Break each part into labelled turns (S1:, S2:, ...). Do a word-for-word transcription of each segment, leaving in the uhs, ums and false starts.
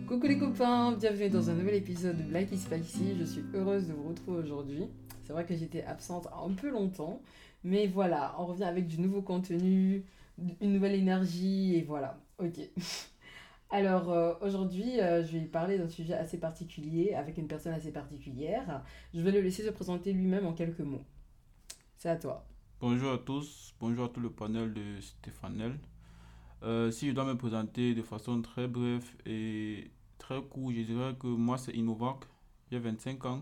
S1: Coucou les copains, bienvenue dans un nouvel épisode de Black is Spicy. Je suis heureuse de vous retrouver aujourd'hui. C'est vrai que j'étais absente un peu longtemps, mais voilà, on revient avec du nouveau contenu, une nouvelle énergie et voilà, ok. Alors euh, aujourd'hui, euh, je vais parler d'un sujet assez particulier avec une personne assez particulière. Je vais le laisser se présenter lui-même en quelques mots. C'est à toi.
S2: Bonjour à tous, bonjour à tout le panel de Stéphanel. Euh, si je dois me présenter de façon très brève et très courte, je dirais que moi c'est Innovac, j'ai vingt-cinq ans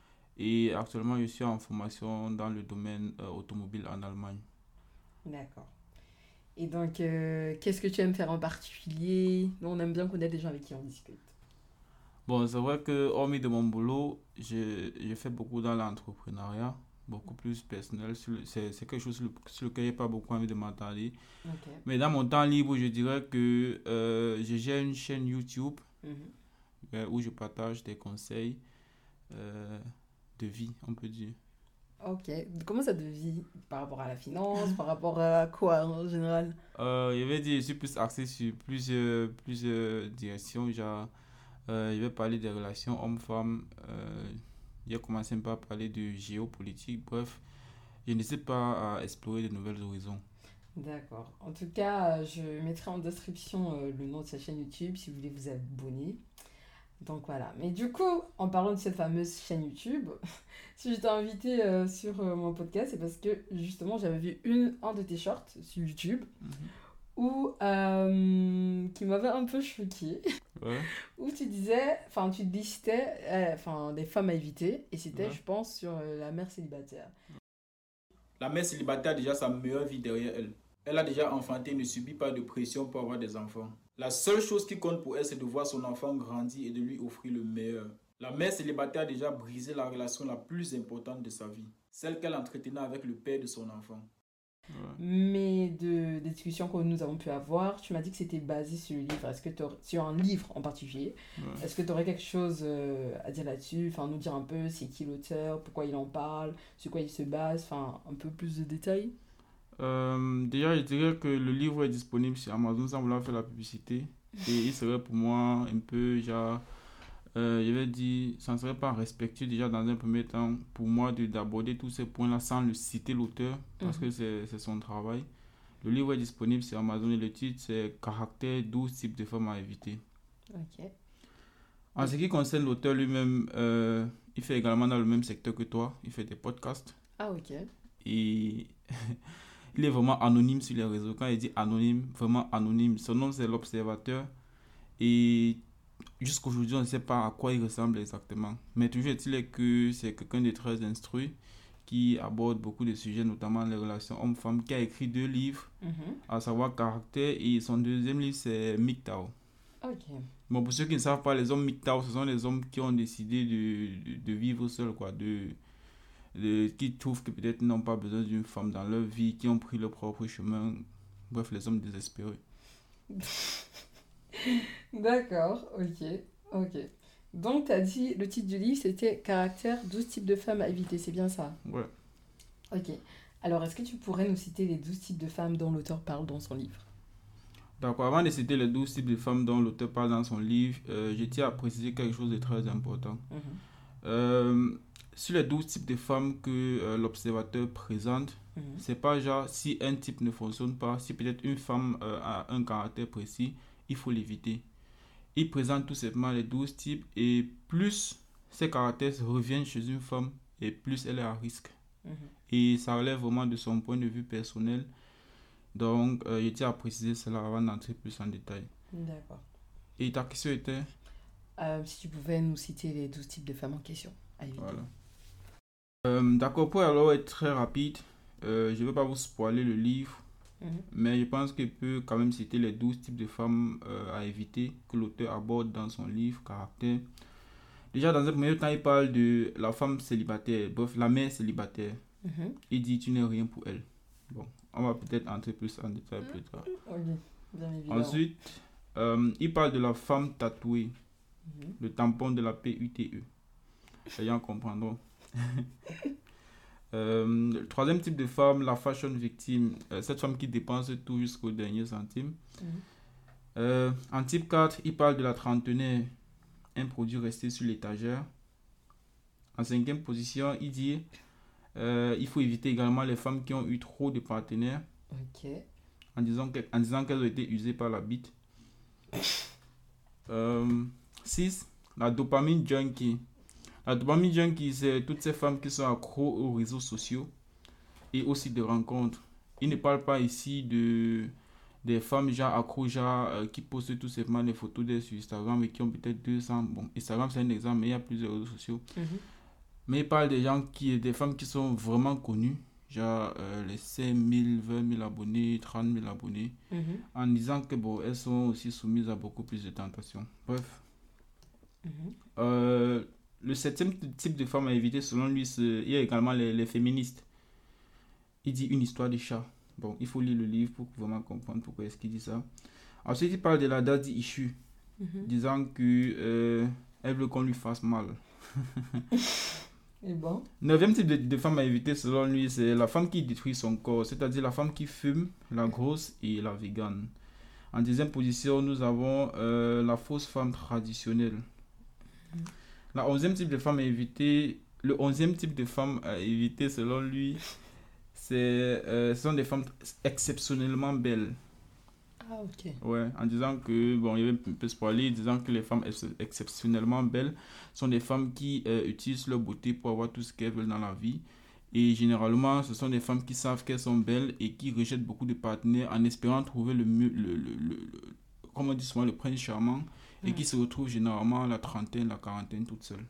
S2: et actuellement je suis en formation dans le domaine euh, automobile en Allemagne.
S1: D'accord. Et donc, euh, qu'est-ce que tu aimes faire en particulier? Nous, on aime bien connaître des gens avec qui on discute.
S2: Bon, c'est vrai que hormis de mon boulot, je, je fais beaucoup dans l'entrepreneuriat, beaucoup plus personnel, sur le- c'est, c'est quelque chose sur, le- sur lequel je n'ai pas beaucoup envie de m'attarder.
S1: Ok.
S2: Mais dans mon temps libre, je dirais que euh, je gère une chaîne YouTube
S1: Mhm.
S2: euh, où je partage des conseils euh, de vie, on peut dire.
S1: Ok. Comment ça te vit par rapport à la finance, par rapport à quoi en général?
S2: Euh, je vais dire, je suis plus axé sur plusieurs, plusieurs directions. Genre, euh, je vais parler des relations hommes-femmes. Euh, j'ai commencé par parler de géopolitique. Bref, je n'hésite pas à explorer de nouvelles horizons.
S1: D'accord. En tout cas, euh, je mettrai en description euh, le nom de sa chaîne YouTube si vous voulez vous abonner. Donc voilà. Mais du coup, en parlant de cette fameuse chaîne YouTube, si je t'ai invité euh, sur euh, mon podcast, c'est parce que justement j'avais vu une, un de tes shorts sur YouTube
S2: Mhm.
S1: où, euh, qui m'avait un peu choqué.
S2: Ouais,
S1: Où tu disais, enfin tu listais euh, enfin, des femmes à éviter, et c'était,
S2: ouais.
S1: je pense, sur euh, la mère célibataire.
S3: La mère célibataire a déjà sa meilleure vie derrière elle. Elle a déjà enfanté et ne subit pas de pression pour avoir des enfants. La seule chose qui compte pour elle, c'est de voir son enfant grandir et de lui offrir le meilleur. La mère célibataire a déjà brisé la relation la plus importante de sa vie, celle qu'elle entretenait avec le père de son enfant.
S2: Ouais.
S1: Mais de, des discussions que nous avons pu avoir, tu m'as dit que c'était basé sur le livre. Est-ce que t'aurais- sur un livre en particulier,
S2: Ouais.
S1: est-ce que tu aurais quelque chose euh, à dire là-dessus? Enfin, nous dire un peu c'est qui l'auteur, pourquoi il en parle, sur quoi il se base, enfin, un peu plus de détails.
S2: Euh, déjà, je dirais que le livre est disponible sur Amazon sans vouloir faire la publicité. Et il serait pour moi un peu, genre, euh, je vais dire, ça ne serait pas respectueux déjà dans un premier temps pour moi de, d'aborder tous ces points-là sans le citer l'auteur parce
S1: Mhm.
S2: que c'est, c'est son travail. Le livre est disponible sur Amazon et le titre c'est Caractère douze types de femmes à éviter.
S1: Ok.
S2: En ce qui concerne l'auteur lui-même, euh, il fait également dans le même secteur que toi, il fait des podcasts
S1: Ah, ok.
S2: et il est vraiment anonyme sur les réseaux. Quand il dit anonyme, vraiment anonyme, son nom c'est l'Observateur et jusqu'aujourd'hui on ne sait pas à quoi il ressemble exactement. Mais toujours est-il est que c'est quelqu'un de très instruit qui aborde beaucoup de sujets, notamment les relations hommes-femmes, qui a écrit deux livres,
S1: Mhm.
S2: à savoir Caractère et son deuxième livre c'est M G T O W.
S1: Ok.
S2: Bon, pour ceux qui ne savent pas, les hommes M G T O W, ce sont les hommes qui ont décidé de, de, de vivre seuls, quoi, de, de, qui trouvent que peut-être ils n'ont pas besoin d'une femme dans leur vie, qui ont pris leur propre chemin. Bref, les hommes désespérés.
S1: D'accord, ok. Ok. Donc, tu as dit, le titre du livre, c'était Caractère, douze types de femmes à éviter, c'est bien ça?
S2: Ouais.
S1: Ok. Alors, est-ce que tu pourrais nous citer les douze types de femmes dont l'auteur parle dans son livre?
S2: Donc, avant de citer les douze types de femmes dont l'auteur parle dans son livre, euh, je tiens à préciser quelque chose de très important.
S1: Mhm.
S2: Euh, sur les douze types de femmes que euh, l'observateur présente,
S1: Mhm.
S2: c'est pas genre si un type ne fonctionne pas, si peut-être une femme euh, a un caractère précis, il faut l'éviter. Il présente tout simplement les douze types et plus ces caractères reviennent chez une femme et plus elle est à risque.
S1: Mhm.
S2: Et ça relève vraiment de son point de vue personnel. Donc, euh, je tiens à préciser cela avant d'entrer plus en détail.
S1: D'accord.
S2: Et ta question était?
S1: Euh, si tu pouvais nous citer les douze types de femmes en question à éviter.
S2: Voilà. Euh, d'accord, pour alors être très rapide, euh, je ne vais pas vous spoiler le livre,
S1: Mhm.
S2: mais je pense qu'il peut quand même citer les douze types de femmes euh, à éviter que l'auteur aborde dans son livre, Caractère. Déjà, dans un premier temps, il parle de la femme célibataire, bref, la mère célibataire.
S1: Mhm.
S2: Il dit tu n'es rien pour elle. Bon, on va peut-être entrer plus en détail plus tard.
S1: Ok, bien évidemment.
S2: Ensuite, euh, il parle de la femme tatouée,
S1: Mhm.
S2: le tampon de la P U T E. Les gens comprendront. Euh, le troisième type de femme, la fashion victime, euh, cette femme qui dépense tout jusqu'au dernier centime.
S1: Mhm.
S2: Euh, en type quatre, il parle de la trentenaire, un produit resté sur l'étagère. En cinquième position, il dit euh, il faut éviter également les femmes qui ont eu trop de partenaires.
S1: Ok.
S2: En disant, que, en disant qu'elles ont été usées par la bite. Euh, six. La dopamine junkie. La dopamine junkie, c'est toutes ces femmes qui sont accros aux réseaux sociaux et aussi de rencontres. Il ne parle pas ici de des femmes genre accros, genre euh, qui postent tout simplement des photos d'elles sur Instagram et qui ont peut-être deux cents. Bon, Instagram c'est un exemple, mais il y a plusieurs réseaux sociaux.
S1: Mhm.
S2: Mais il parle des gens qui, des femmes qui sont vraiment connues, genre euh, les cinq mille, vingt mille abonnés, trente mille abonnés,
S1: Mhm.
S2: en disant que bon, elles sont aussi soumises à beaucoup plus de tentations. Bref.
S1: Mhm.
S2: Euh, le septième type de femme à éviter, selon lui, c'est, il y a également les, les féministes. Il dit une histoire de chat. Bon, il faut lire le livre pour vraiment comprendre pourquoi est-ce qu'il dit ça. Ensuite, il parle de la daddy issue,
S1: Mhm.
S2: disant que euh, elle veut qu'on lui fasse mal.
S1: Et bon.
S2: Neuvième type de, de femme à éviter, selon lui, c'est la femme qui détruit son corps, c'est-à-dire la femme qui fume, la grosse et la végane. En deuxième position, nous avons euh, la fausse femme traditionnelle.
S1: Mhm.
S2: La onzième type de femme à éviter, le onzième type de femme à éviter, selon lui, c'est, euh, ce sont des femmes exceptionnellement belles.
S1: Ah, ok.
S2: Ouais, en disant que, bon, il y avait un peu spoilé, disant que les femmes ex- exceptionnellement belles sont des femmes qui euh, utilisent leur beauté pour avoir tout ce qu'elles veulent dans la vie. Et généralement, ce sont des femmes qui savent qu'elles sont belles et qui rejettent beaucoup de partenaires en espérant trouver le mieux, le, le, le, le- comme on dit souvent, le prince charmant, et
S1: Mm.
S2: qui se retrouvent généralement à la trentaine, la quarantaine, toute seule.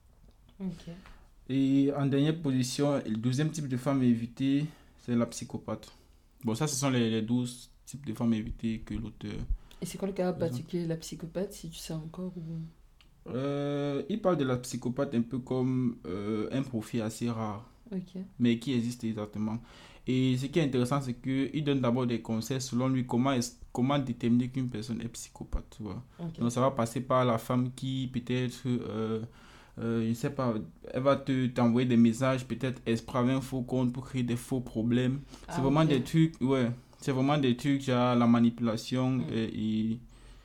S1: Ok.
S2: Et en dernière position, le deuxième type de femme à éviter, c'est la psychopathe. Bon, ça, ce sont les, les douze types de femmes à éviter que l'auteur...
S1: Et c'est quoi le cas
S2: Raison.
S1: particulier de la psychopathe, si tu sais encore ou...
S2: Euh, il parle de la psychopathe un peu comme euh, un profil assez rare,
S1: Ok.
S2: mais qui existe exactement. Et ce qui est intéressant, c'est qu'il donne d'abord des conseils selon lui comment, est comment déterminer qu'une personne est psychopathe. Tu vois.
S1: Ok.
S2: Donc ça va passer par la femme qui peut-être, euh, euh, je ne sais pas, elle va te t'envoyer des messages, peut-être exprès un faux compte pour créer des faux problèmes. C'est
S1: Ah,
S2: vraiment
S1: ok.
S2: des trucs, ouais, c'est vraiment des trucs, genre la manipulation
S1: Mm.
S2: et, et-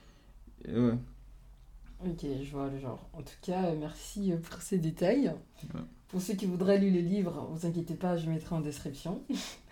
S2: et ouais.
S1: Ok, je vois le genre. En tout cas, euh, merci euh, pour ces détails.
S2: Ouais.
S1: Pour ceux qui voudraient lire le livre, vous inquiétez pas, je mettrai en description.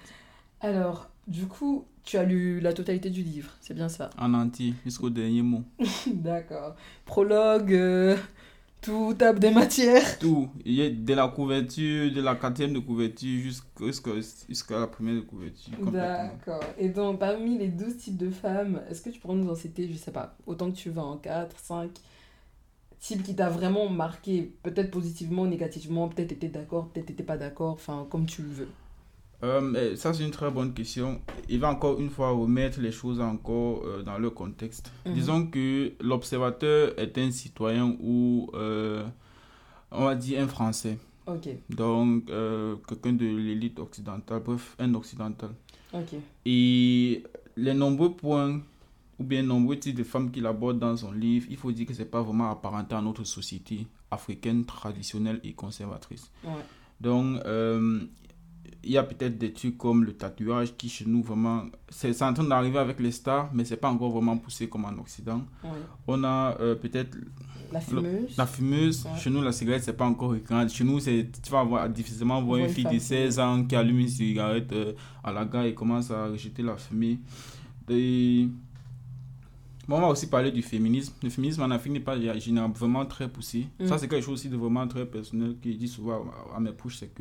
S1: Alors, du coup, tu as lu la totalité du livre, c'est bien ça?
S2: En entier, jusqu'au dernier mot.
S1: D'accord. Prologue, euh, tout tape des matières.
S2: Tout, il y a de la couverture, de la quatrième de couverture jusqu'à jusqu'à jusqu'à la première de couverture. Complètement.
S1: D'accord. Et donc, parmi les douze types de femmes, est-ce que tu pourrais nous en citer, je sais pas, autant que tu veux, en quatre, cinq types qui t'a vraiment marqué, peut-être positivement, négativement, peut-être t'étais d'accord, peut-être t'étais pas d'accord, enfin, comme tu le veux.
S2: Euh, mais ça, c'est une très bonne question. Il va encore une fois remettre les choses encore euh, dans leur contexte.
S1: Mhm.
S2: Disons que l'observateur est un citoyen ou, euh, on va dire, un Français.
S1: Ok,
S2: Donc, euh, quelqu'un de l'élite occidentale, bref, un occidental.
S1: ok.
S2: Et les nombreux points ou bien nombreux types de femmes qu'il aborde dans son livre, il faut dire que c'est pas vraiment apparenté à notre société africaine traditionnelle et conservatrice.
S1: Ouais.
S2: Donc, euh, il y a peut-être des trucs comme le tatouage qui chez nous vraiment, c'est c'est en train d'arriver avec les stars, mais c'est pas encore vraiment poussé comme en Occident.
S1: Ouais.
S2: On a euh, peut-être
S1: La fumeuse.
S2: la fumeuse.
S1: Ouais.
S2: Chez nous, la cigarette, c'est pas encore récurrent. Chez nous, c'est, tu vas avoir, difficilement voir
S1: Ouais,
S2: une
S1: une
S2: fille de
S1: femme.
S2: seize ans qui allume une cigarette euh, à la gare et commence à rejeter la fumée. Et... Bon, on va aussi parler du féminisme. Le féminisme en Afrique n'est pas généralement vraiment très poussé.
S1: Mm.
S2: Ça, c'est quelque chose aussi de vraiment très personnel que je dis souvent à, à mes proches, c'est que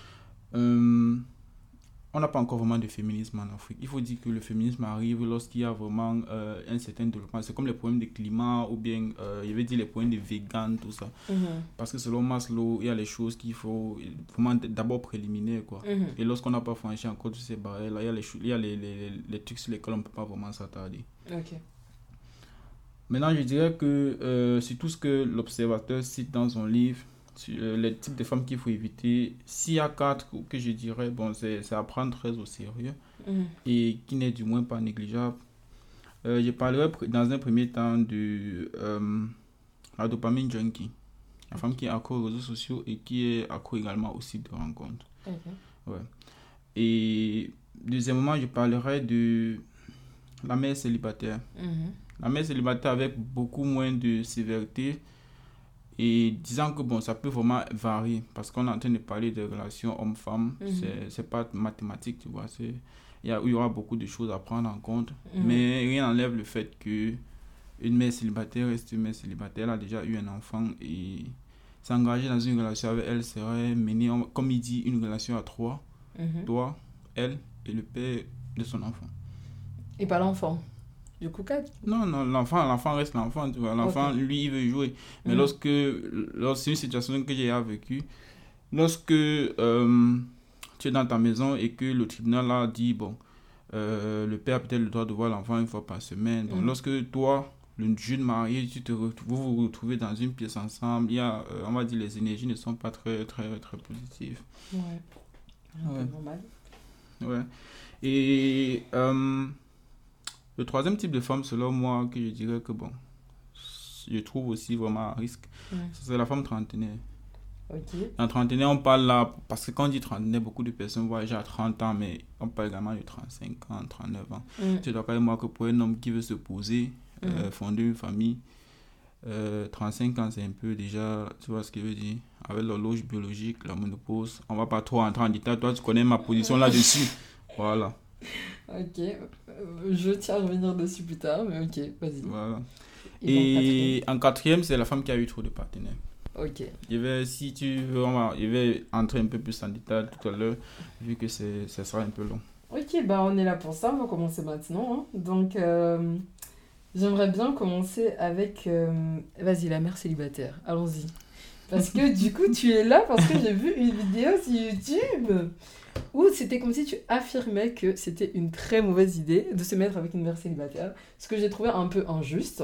S2: euh, on n'a pas encore vraiment de féminisme en Afrique. Il faut dire que le féminisme arrive lorsqu'il y a vraiment euh, un certain développement. C'est comme les problèmes de climat ou bien, euh, je vais dire, les problèmes de vegan, tout ça.
S1: Mhm.
S2: Parce que selon Maslow, il y a les choses qu'il faut vraiment d'abord préliminaires, quoi.
S1: Mhm.
S2: Et lorsqu'on n'a pas franchi encore tous ces barrières-là, il y a les, cho- il y a les, les, les trucs sur lesquels on ne peut pas vraiment s'attarder.
S1: Ok.
S2: Maintenant, je dirais que euh, sur tout ce que l'observateur cite dans son livre, sur euh, les types de femmes qu'il faut éviter, s'il y a quatre que je dirais, bon, c'est c'est à prendre très au sérieux
S1: Mhm.
S2: et qui n'est du moins pas négligeable. Euh, je parlerai pr- dans un premier temps de euh, la dopamine junkie, la femme qui est accro aux réseaux sociaux et qui est accro également au site de rencontre.
S1: Ok.
S2: Et deuxièmement, je parlerai de la mère célibataire.
S1: Mhm.
S2: La mère célibataire avec beaucoup moins de sévérité. Et disant que bon, ça peut vraiment varier. Parce qu'on est en train de parler de relations homme-femme. Mm-hmm. C'est, c'est pas mathématique, tu vois. C'est, il y, a, il y aura beaucoup de choses à prendre en compte. Mm-hmm. Mais rien n'enlève le fait que une mère célibataire reste une mère célibataire. Elle a déjà eu un enfant et s'engager dans une relation avec elle serait mener, comme il dit, une relation à trois. Mm-hmm. Toi, elle et le père de son enfant.
S1: Et pas l'enfant. Du coup, quatre.
S2: Non, non, l'enfant, l'enfant reste l'enfant, tu vois. L'enfant, okay. Lui, il veut jouer. Mais mm-hmm. lorsque, lorsque c'est une situation que j'ai vécue, lorsque euh, tu es dans ta maison et que le tribunal a dit, bon, euh, le père a peut-être le droit de voir l'enfant une fois par semaine. Donc, mm-hmm. lorsque toi, le jeune marié, tu te retrouves, vous vous retrouvez dans une pièce ensemble, il y a, euh, on va dire, les énergies ne sont pas très, très, très positives.
S1: Ouais.
S2: Ouais.
S1: C'est normal.
S2: Ouais. Et... Euh, le troisième type de femme, selon moi, que je dirais que bon, je trouve aussi vraiment à risque, mmh. c'est la femme trentenaire.
S1: Okay.
S2: En trentenaire, on parle là, parce que quand on dit trentenaire, beaucoup de personnes voient déjà trente ans, mais on parle également de trente-cinq ans, trente-neuf ans. Mmh. Tu es d'accord avec moi que pour un homme qui veut se poser, mmh. euh, fonder une famille, euh, trente-cinq ans, c'est un peu déjà, tu vois ce que je veux dire, avec l'horloge biologique, la ménopause, on va pas trop entrer en détail, toi tu connais ma position là-dessus. Voilà.
S1: Ok, je tiens à revenir dessus plus tard, mais ok, vas-y.
S2: Voilà. Et, Et en quatrième, c'est la femme qui a eu trop de partenaires.
S1: Ok.
S2: Je vais, si tu veux, on va, je vais entrer un peu plus en détail tout à l'heure, vu que c'est, ça sera un peu long.
S1: Ok, bah on est là pour ça, on va commencer maintenant. Hein. Donc, euh, j'aimerais bien commencer avec, euh, vas-y, la mère célibataire, allons-y. Parce que du coup, tu es là parce que j'ai vu une vidéo sur YouTube où c'était comme si tu affirmais que c'était une très mauvaise idée de se mettre avec une mère célibataire, ce que j'ai trouvé un peu injuste.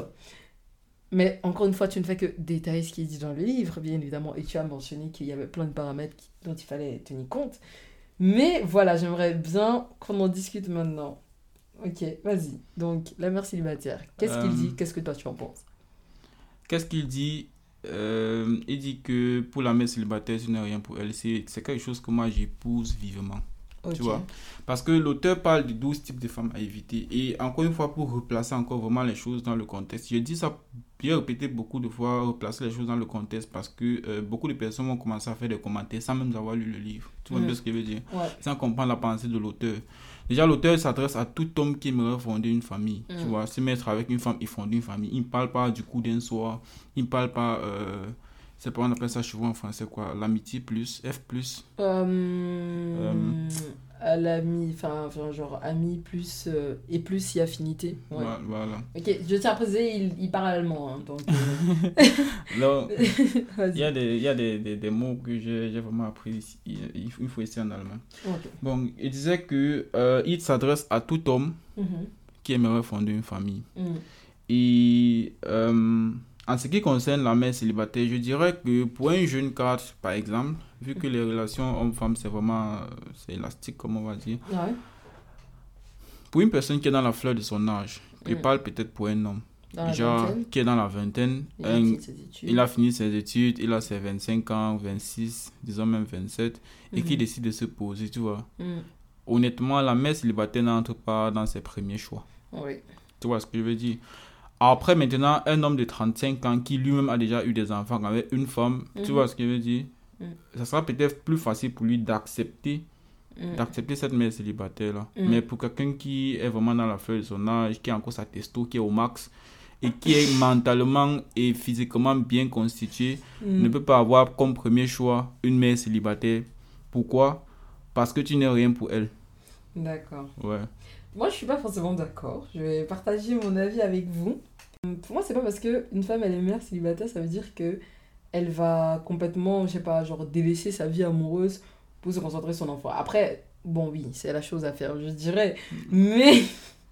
S1: Mais encore une fois, tu ne fais que détailler ce qui est dit dans le livre, bien évidemment, et tu as mentionné qu'il y avait plein de paramètres qui, dont il fallait tenir compte. Mais voilà, j'aimerais bien qu'on en discute maintenant. Ok, vas-y. Donc, la mère célibataire, qu'est-ce euh... qu'il dit? Qu'est-ce que toi tu en penses?
S2: Qu'est-ce qu'il dit? Euh, il dit que pour la mère célibataire, ce n'est rien pour elle. C'est, c'est quelque chose que moi j'épouse vivement. Okay. Tu vois? Parce que l'auteur parle de douze types de femmes à éviter. Et encore une fois, pour replacer encore vraiment les choses dans le contexte, je dis ça, j'ai répété beaucoup de fois, replacer les choses dans le contexte parce que euh, beaucoup de personnes vont commencer à faire des commentaires sans même avoir lu le livre. Tu vois mmh. bien ce que je veux dire? Ouais. Sans comprendre la pensée de l'auteur. Déjà, l'auteur s'adresse à tout homme qui aimerait fonder une famille. Mmh. Tu vois, se mettre avec une femme et fonder une famille. Il ne parle pas du coup d'un soir. Il ne parle pas... Euh, c'est pas, on appelle ça chez vous en français quoi? L'amitié plus, F plus.
S1: Euh, euh, à l'ami, enfin, genre ami plus euh, et plus y affinité. Ouais.
S2: Voilà.
S1: Ok, je tiens à préciser, il, il parle allemand. Hein, donc, euh...
S2: non, il y a des, il y a des, des, des mots que j'ai, j'ai vraiment appris ici. Il, il faut essayer en allemand.
S1: Okay.
S2: Bon, il disait que euh, il s'adresse à tout homme
S1: mm-hmm.
S2: qui aimerait fonder une famille.
S1: Mm.
S2: Et... Euh, en ce qui concerne la mère célibataire, je dirais que pour un jeune cadre, par exemple, vu que les relations homme-femme, c'est vraiment c'est élastique, comme on va dire.
S1: Ouais.
S2: Pour une personne qui est dans la fleur de son âge, je
S1: mm.
S2: parle peut-être pour un homme,
S1: dans
S2: déjà qui est dans la vingtaine,
S1: il,
S2: un,
S1: a
S2: il a fini ses études, il a ses vingt-cinq ans, vingt-six, disons même vingt-sept, mm-hmm. et qui décide de se poser, tu vois.
S1: Mm.
S2: Honnêtement, la mère célibataire n'entre pas dans ses premiers choix.
S1: Oui.
S2: Tu vois ce que je veux dire? Après, maintenant, un homme de trente-cinq ans qui lui-même a déjà eu des enfants avec une femme, mm-hmm. tu vois ce que je veux dire? Mm. Ça sera peut-être plus facile pour lui d'accepter, mm. d'accepter cette mère célibataire-là. Mm. Mais pour quelqu'un qui est vraiment dans la fleur de son âge, qui a encore sa testo, qui est au max, et qui est mentalement et physiquement bien constitué, mm. ne peut pas avoir comme premier choix une mère célibataire. Pourquoi? Parce que tu n'es rien pour elle.
S1: D'accord.
S2: Ouais.
S1: Moi, je suis pas forcément d'accord. Je vais partager mon avis avec vous. Pour moi, c'est pas parce qu'une femme, elle est mère célibataire, ça veut dire que elle va complètement, je sais pas, genre délaisser sa vie amoureuse pour se concentrer sur son enfant. Après, bon, oui, c'est la chose à faire, je dirais. Mais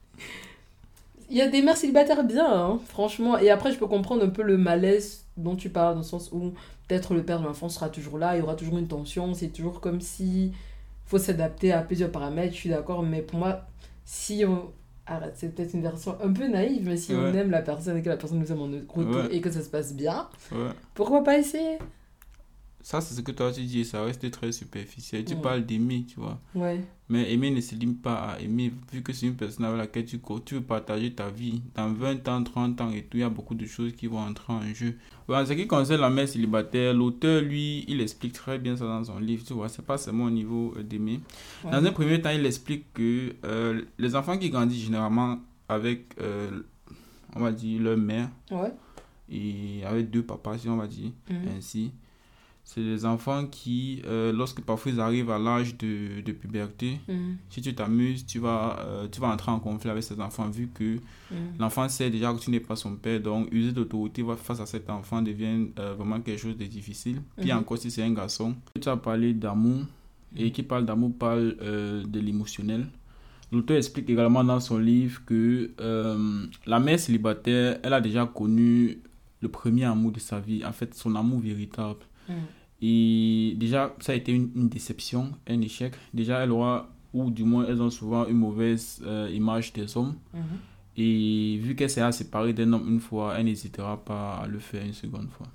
S1: il y a des mères célibataires bien, hein, franchement. Et après, je peux comprendre un peu le malaise dont tu parles, dans le sens où peut-être le père de l'enfant sera toujours là, il y aura toujours une tension, c'est toujours comme si faut s'adapter à plusieurs paramètres, je suis d'accord, mais pour moi, si on... Arrête, c'est peut-être une version un peu naïve, mais si ouais. on aime la personne et que la personne nous aime en retour ouais. et que ça se passe bien,
S2: ouais.
S1: pourquoi pas essayer?
S2: ça, c'est ce que toi tu dis, ça reste très superficiel. Tu
S1: Ouais.
S2: parles d'aimer, tu vois.
S1: Ouais.
S2: Mais aimer ne se limite pas à aimer, vu que c'est une personne avec laquelle tu, co- tu veux partager ta vie. Dans vingt ans, trente ans et tout, il y a beaucoup de choses qui vont entrer en jeu. Ouais, en ce qui concerne la mère célibataire, l'auteur, lui, il explique très bien ça dans son livre, tu vois. C'est pas seulement au niveau euh, d'aimer.
S1: Ouais.
S2: Dans un premier temps, il explique que euh, les enfants qui grandissent généralement avec, euh, on va dire, leur mère,
S1: Ouais.
S2: et avec deux papas, si on va dire
S1: Mhm.
S2: ainsi. C'est des enfants qui, euh, lorsque parfois ils arrivent à l'âge de, de puberté,
S1: Mhm.
S2: si tu t'amuses, tu vas, euh, tu vas entrer en conflit avec ces enfants vu que
S1: Mhm.
S2: l'enfant sait déjà que tu n'es pas son père. Donc, user d'autorité face à cet enfant devient euh, vraiment quelque chose de difficile. Puis
S1: Mhm.
S2: encore, si c'est un garçon, tu as parlé d'amour et qui parle d'amour parle euh, de l'émotionnel. L'auteur explique également dans son livre que euh, la mère célibataire, elle a déjà connu le premier amour de sa vie, en fait son amour véritable.
S1: Mhm.
S2: Et déjà, ça a été une, une déception, un échec. Déjà, elle aura, ou du moins, elles ont souvent une mauvaise euh, image des hommes.
S1: Mhm.
S2: Et vu qu'elle s'est séparée d'un homme une fois, elle n'hésitera pas à le faire une seconde fois.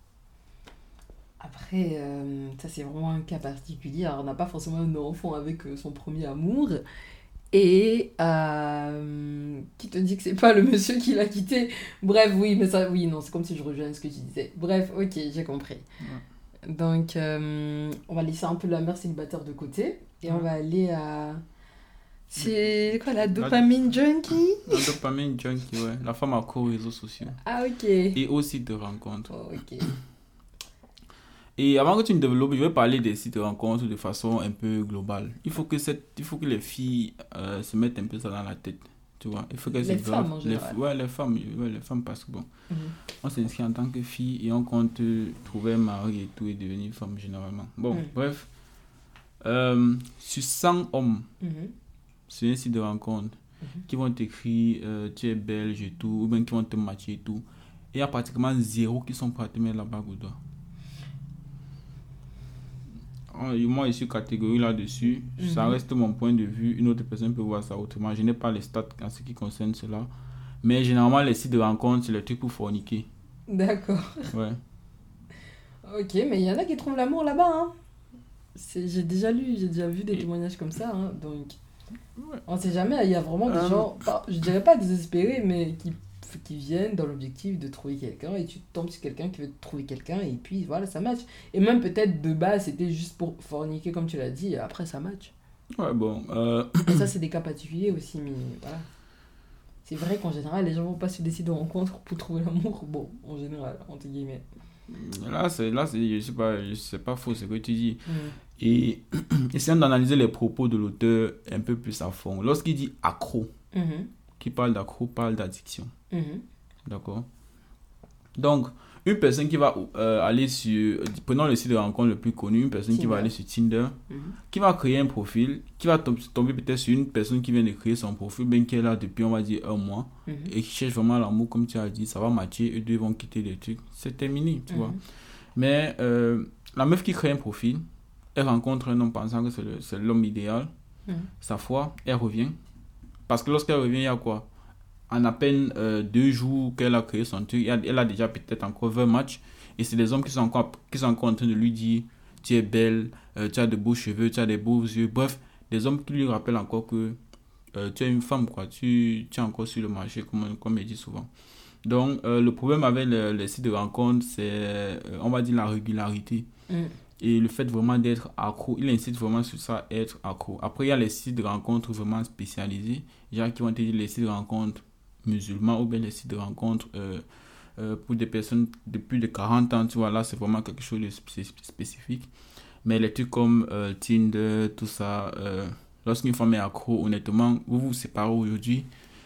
S1: Après, euh, ça c'est vraiment un cas particulier. Alors, on n'a pas forcément un enfant avec euh, son premier amour. Et euh, qui te dit que c'est pas le monsieur qui l'a quitté. Bref, oui, mais ça, oui, non, c'est comme si je rejoignais ce que tu disais. Bref, ok, j'ai compris.
S2: Ouais.
S1: Donc, euh, on va laisser un peu la mère célibataire de côté. Et on
S2: Ouais.
S1: va aller à. C'est quoi la dopamine junkie?
S2: La dopamine junkie, ouais. La femme accro aux réseaux sociaux.
S1: Ah, ok.
S2: Et aussi de rencontres.
S1: Oh, ok.
S2: Et avant que tu ne développes, je vais parler des sites de rencontres de façon un peu globale. Il faut que, cette, il faut que les filles euh, se mettent un peu ça dans la tête. Tu vois, il faut qu'elles
S1: Les
S2: se
S1: femmes,
S2: gravent.
S1: en
S2: Les,
S1: général.
S2: ouais, les femmes, ouais, les femmes parce que bon,
S1: Mhm.
S2: on s'inscrit en tant que fille et on compte euh, trouver un mari et tout et devenir femme généralement. Bon,
S1: Mhm.
S2: bref. Euh, sur cent hommes,
S1: Mhm.
S2: sur un site de rencontre,
S1: Mhm.
S2: qui vont t'écrire euh, tu es belge et tout, ou bien qui vont te matcher et tout, et il y a pratiquement zéro qui sont prêts à te mettre la bague au doigt. Oh, et moi, je suis catégorie là-dessus. Ça
S1: Mhm.
S2: reste mon point de vue. Une autre personne peut voir ça autrement. Je n'ai pas les stats en ce qui concerne cela. Mais généralement, les sites de rencontre, c'est le truc pour forniquer.
S1: D'accord.
S2: Ouais.
S1: Ok, mais il y en a qui trouvent l'amour là-bas, hein. C'est- J'ai déjà lu, j'ai déjà vu des
S2: Et-
S1: témoignages comme ça, hein. Donc,
S2: Ouais.
S1: on sait jamais, il y a vraiment des
S2: Euh,
S1: gens, pas- je dirais pas désespérés, mais qui, qui viennent dans l'objectif de trouver quelqu'un et tu tombes sur quelqu'un qui veut trouver quelqu'un et puis voilà, ça match. Et même peut-être de base, c'était juste pour forniquer, comme tu l'as dit, et après ça match.
S2: Ouais, bon. euh,
S1: Et ça, c'est des cas particuliers aussi, mais voilà. C'est vrai qu'en général, les gens vont pas sur des sites de rencontres pour trouver l'amour. Bon, en général, entre guillemets.
S2: là, c'est, là c'est, je sais pas, c'est pas faux ce que tu dis.
S1: Mm.
S2: Et essayons d'analyser les propos de l'auteur un peu plus à fond. Lorsqu'il dit accro,
S1: Mhm.
S2: qui parle d'accro, parle d'addiction.
S1: Mhm.
S2: D'accord. Donc, une personne qui va euh, aller sur, prenons le site de rencontre le plus connu, une personne qui va
S1: Tinder.
S2: aller sur Tinder,
S1: Mhm.
S2: qui va créer un profil, qui va tom- tomber peut-être sur une personne qui vient de créer son profil, bien qui est là depuis, on va dire, un mois,
S1: Mhm.
S2: et qui cherche vraiment l'amour, comme tu as dit, ça va matcher, eux deux vont quitter les trucs, c'est terminé, tu
S1: Mhm.
S2: vois. Mais euh, la meuf qui crée un profil, elle rencontre un homme pensant que c'est, le, c'est l'homme idéal,
S1: Mhm.
S2: sa foi, elle revient. Parce que lorsqu'elle revient, il y a quoi? En à peine euh, deux jours qu'elle a créé son truc, elle a déjà peut-être encore vingt matchs. Et c'est des hommes qui sont encore, qui sont encore en train de lui dire tu es belle, euh, tu as de beaux cheveux, tu as des beaux yeux. Bref, des hommes qui lui rappellent encore que euh, tu es une femme, quoi. Tu, tu es encore sur le marché, comme, comme il dit souvent. Donc, euh, le problème avec les, les sites de rencontre, c'est, euh, on va dire, la régularité.
S1: Mhm.
S2: Et le fait vraiment d'être accro, il incite vraiment sur ça, être accro. Après, il y a les sites de rencontres vraiment spécialisés. Il y a qui vont te dire les sites de rencontres musulmans ou bien les sites de rencontres euh, euh, pour des personnes de plus de quarante ans. Tu vois, là, c'est vraiment quelque chose de spé- spécifique. Mais les trucs comme euh, Tinder, tout ça, euh, lorsqu'une femme est accro, honnêtement, vous vous séparez aujourd'hui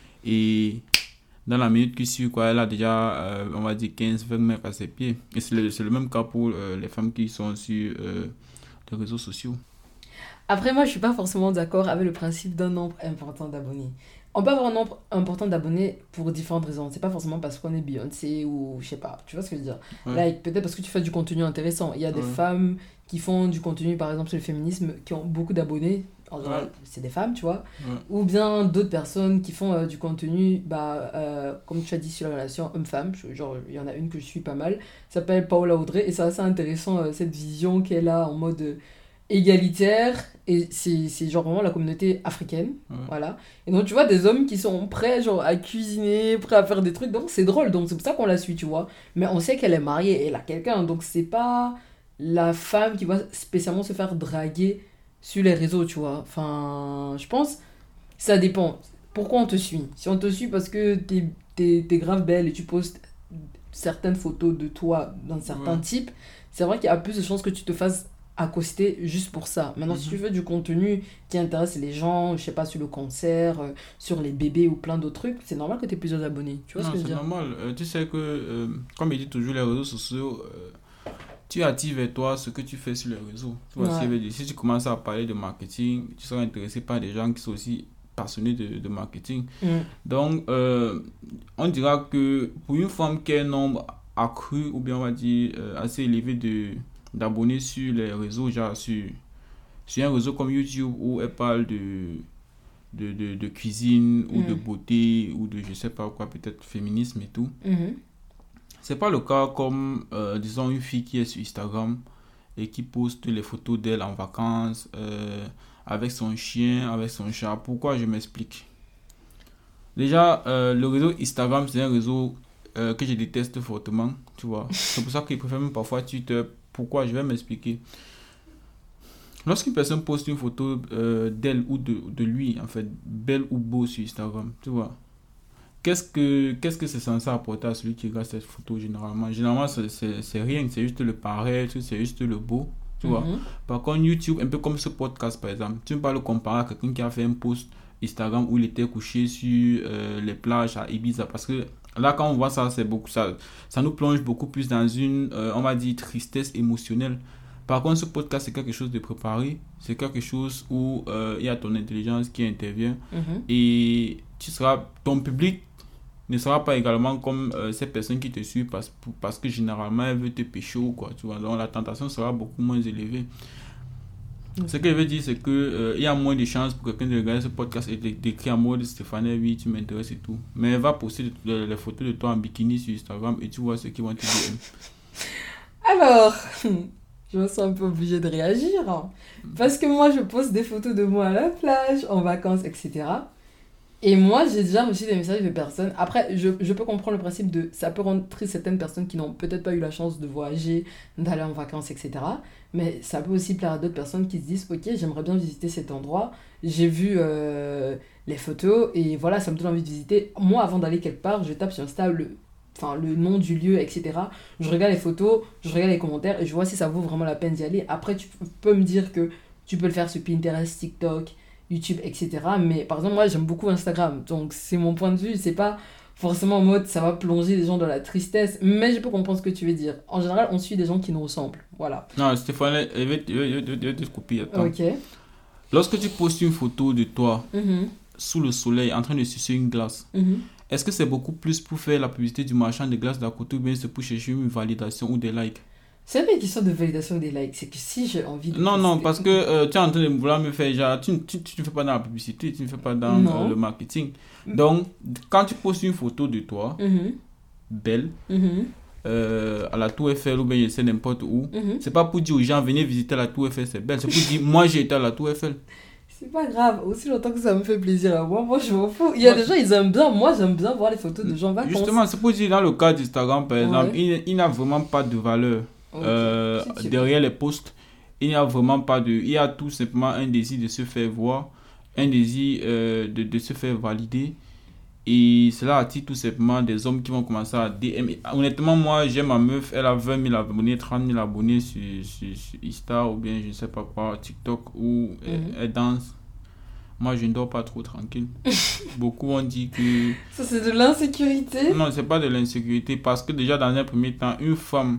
S2: et dans la minute qui suit, quoi, elle a déjà, euh, on va dire, quinze vingt mètres à ses pieds. Et c'est le, c'est le même cas pour euh, les femmes qui sont sur euh, les réseaux sociaux.
S1: Après, moi, je suis pas forcément d'accord avec le principe d'un nombre important d'abonnés. On peut avoir un nombre important d'abonnés pour différentes raisons. C'est pas forcément parce qu'on est Beyoncé ou je sais pas. Tu vois ce que je veux dire?
S2: Ouais.
S1: Like, peut-être parce que tu fais du contenu intéressant. Il y a des
S2: Ouais.
S1: femmes qui font du contenu, par exemple, sur le féminisme, qui ont beaucoup d'abonnés en général,
S2: Ouais.
S1: c'est des femmes, tu vois.
S2: Ouais.
S1: Ou bien d'autres personnes qui font euh, du contenu, bah, euh, comme tu as dit, sur la relation homme-femme. Je- Genre, il y en a une que je suis pas mal. Ça s'appelle Paola Audrey. Et c'est assez intéressant, euh, cette vision qu'elle a en mode euh, égalitaire. Et c'est c'est genre vraiment la communauté africaine.
S2: Ouais.
S1: Voilà. Et donc, tu vois, des hommes qui sont prêts, genre, à cuisiner, prêts à faire des trucs. Donc, c'est drôle. Donc, c'est pour ça qu'on la suit, tu vois. Mais on sait qu'elle est mariée, elle a quelqu'un. Donc, c'est pas la femme qui va spécialement se faire draguer sur les réseaux, tu vois. Enfin, je pense, ça dépend. Pourquoi on te suit? Si on te suit parce que t'es, t'es, t'es grave belle et tu postes certaines photos de toi d'un certain
S2: Ouais.
S1: type, c'est vrai qu'il y a plus de chances que tu te fasses accoster juste pour ça. Maintenant, si
S2: Mhm.
S1: tu veux du contenu qui intéresse les gens, je sais pas, sur le cancer, euh, sur les bébés ou plein d'autres trucs, c'est normal que tu aies plusieurs abonnés. Tu vois
S2: Non,
S1: ce que je
S2: c'est
S1: veux dire?
S2: normal. Euh, tu sais que, euh, comme il dit toujours, les réseaux sociaux, euh, tu attires vers toi ce que tu fais sur les réseaux. Tu vois ce que je
S1: Ouais.
S2: veux dire? Si tu commences à parler de marketing, tu seras intéressé par des gens qui sont aussi passionnés de, de marketing.
S1: Mm.
S2: Donc, euh, on dira que pour une femme qui a un nombre accru, ou bien on va dire euh, assez élevé de, d'abonnés sur les réseaux, genre sur, sur un réseau comme YouTube où elle parle de, de, de, de cuisine ou de
S1: Mm.
S2: beauté ou de je sais pas quoi, peut-être féminisme et tout.
S1: Mhm.
S2: C'est pas le cas comme, euh, disons, une fille qui est sur Instagram et qui poste les photos d'elle en vacances, euh, avec son chien, avec son chat. Pourquoi? Je m'explique. Déjà, euh, le réseau Instagram, c'est un réseau euh, que je déteste fortement, tu vois. C'est pour ça que je préfère même parfois Twitter. Pourquoi? Je vais m'expliquer. Lorsqu'une personne poste une photo euh, d'elle ou de, de lui, en fait, belle ou beau sur Instagram, tu vois, qu'est-ce que qu'est-ce que c'est censé apporter à celui qui regarde cette photo généralement? Généralement, c'est, c'est, c'est rien, c'est juste le paraître, c'est juste le beau, tu vois.
S1: Mhm.
S2: Par contre, YouTube, un peu comme ce podcast par exemple, tu ne peux pas le comparer à quelqu'un qui a fait un post Instagram où il était couché sur euh, les plages à Ibiza, parce que là, quand on voit ça, c'est beaucoup, ça, ça nous plonge beaucoup plus dans une, euh, on va dire, tristesse émotionnelle. Par contre, ce podcast, c'est quelque chose de préparé, c'est quelque chose où euh, il y a ton intelligence qui intervient
S1: Mhm.
S2: et tu seras, ton public ne sera pas également comme euh, ces personnes qui te suivent parce, pour- parce que généralement elles veulent te pécho, quoi, tu vois. Donc la tentation sera beaucoup moins élevée. Ce que je veux dire, c'est que euh, il y a moins de chances pour quelqu'un de regarder ce podcast et d'é- d'écrire en mode Stéphane, oui, tu m'intéresses et tout. Mais elle va poster les, les photos de toi en bikini sur Instagram et tu vois ce qu'ils vont te dire.
S1: Alors, je me sens un peu obligée de réagir. hein. Parce que moi, je poste des photos de moi à la plage, en vacances, et cetera. Et moi, j'ai déjà reçu des messages de personnes. Après, je, je peux comprendre le principe de. Ça peut rendre triste certaines personnes qui n'ont peut-être pas eu la chance de voyager, d'aller en vacances, et cetera. Mais ça peut aussi plaire à d'autres personnes qui se disent: Ok, j'aimerais bien visiter cet endroit. J'ai vu euh, les photos et voilà, ça me donne envie de visiter. Moi, avant d'aller quelque part, je tape sur Insta le, enfin, le nom du lieu, et cetera. Je regarde les photos, je regarde les commentaires et je vois si ça vaut vraiment la peine d'y aller. Après, tu peux me dire que tu peux le faire sur Pinterest, TikTok, YouTube, et cetera. Mais par exemple, moi, j'aime beaucoup Instagram. Donc, c'est mon point de vue. C'est pas forcément en mode ça va plonger les gens dans la tristesse. Mais je peux comprendre ce que tu veux dire. En général, on suit des gens qui nous ressemblent. Voilà.
S2: Non, Stéphane, je vais, je vais- je vais- je vais te couper. Attends.
S1: Ok.
S2: Lorsque tu postes une photo de toi
S1: Mhm.
S2: sous le soleil en train de sucer une glace,
S1: Mhm.
S2: est-ce que c'est beaucoup plus pour faire la publicité du marchand de glace d'à côté ou bien c'est pour chercher une validation ou des likes?
S1: C'est pas une question de validation des likes. C'est que si j'ai envie de.
S2: Non, non,
S1: poster-
S2: parce que euh, tu es en train de vouloir me faire genre, tu tu- tu ne fais pas dans la publicité, tu ne fais pas dans
S1: Non.
S2: euh, le marketing. Donc, quand tu postes une photo de toi,
S1: Mhm.
S2: belle,
S1: Mhm.
S2: euh, à la Tour Eiffel ou bien je sais n'importe où,
S1: Mhm.
S2: c'est pas pour dire aux gens, venez visiter la Tour Eiffel, c'est belle. C'est pour dire, moi j'ai été à la Tour Eiffel.
S1: C'est pas grave, aussi longtemps que ça me fait plaisir à moi, moi je m'en fous. Il y a
S2: Ouais.
S1: des gens, ils aiment bien, moi j'aime bien voir les photos de gens en vacances.
S2: Justement, c'est pour dire, dans le cas d'Instagram, par exemple,
S1: Ouais.
S2: il, il n'a vraiment pas de valeur
S1: Ok.
S2: euh,
S1: Si tu-
S2: derrière les posts. Il n'y a vraiment pas de... Il y a tout simplement un désir de se faire voir, un désir euh, de, de se faire valider. Et cela attire tout simplement des hommes qui vont commencer à D M. Honnêtement, moi, j'ai ma meuf, elle a vingt mille abonnés, trente mille abonnés sur, sur, sur Insta ou bien je ne sais pas quoi, TikTok, où elle,
S1: Mhm.
S2: elle danse. Moi, je ne dors pas trop tranquille. Beaucoup ont dit que...
S1: Ça c'est de l'insécurité.
S2: Non, c'est pas de l'insécurité parce que déjà, dans un premier temps, une femme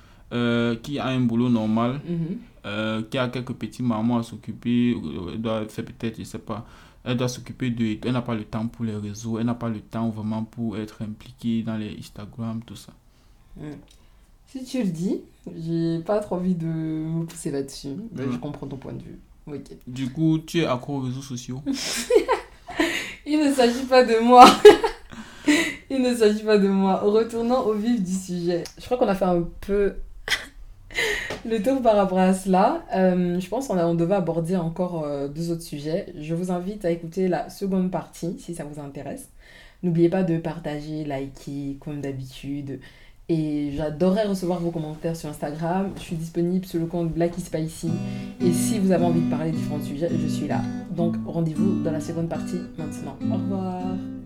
S2: euh, qui a un boulot normal,
S1: Mhm.
S2: euh, qui a quelques petits mamans à s'occuper, euh, elle doit faire peut-être, je sais pas, elle doit s'occuper de... Elle n'a pas le temps pour les réseaux, elle n'a pas le temps vraiment pour être impliquée dans les Instagram, tout ça.
S1: Mhm. Si tu le dis, j'ai pas trop envie de me pousser là-dessus. Mais
S2: Mhm.
S1: je comprends ton point de vue. Ok.
S2: Du coup, tu es accro aux réseaux sociaux.
S1: Il ne s'agit pas de moi. Il ne s'agit pas de moi. Retournons au vif du sujet. Je crois qu'on a fait un peu le tour par rapport à cela. Euh, je pense qu'on a- on devait aborder encore euh, deux autres sujets. Je vous invite à écouter la seconde partie si ça vous intéresse. N'oubliez pas de partager, liker comme d'habitude. Et j'adorerais recevoir vos commentaires sur Instagram. Je suis disponible sur le compte Blacky Spicy. Et si vous avez envie de parler de différents sujets, je suis là. Donc rendez-vous dans la seconde partie maintenant. Au revoir.